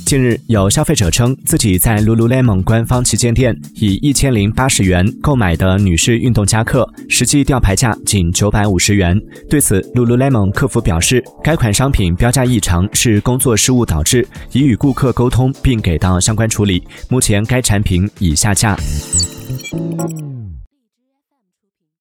近日，有消费者称自己在 Lululemon 官方旗舰店以1080元购买的女士运动夹克，实际吊牌价仅950元。对此 ，Lululemon 客服表示，该款商品标价异常是工作失误导致，已与顾客沟通并给到相关处理。目前该产品已下架。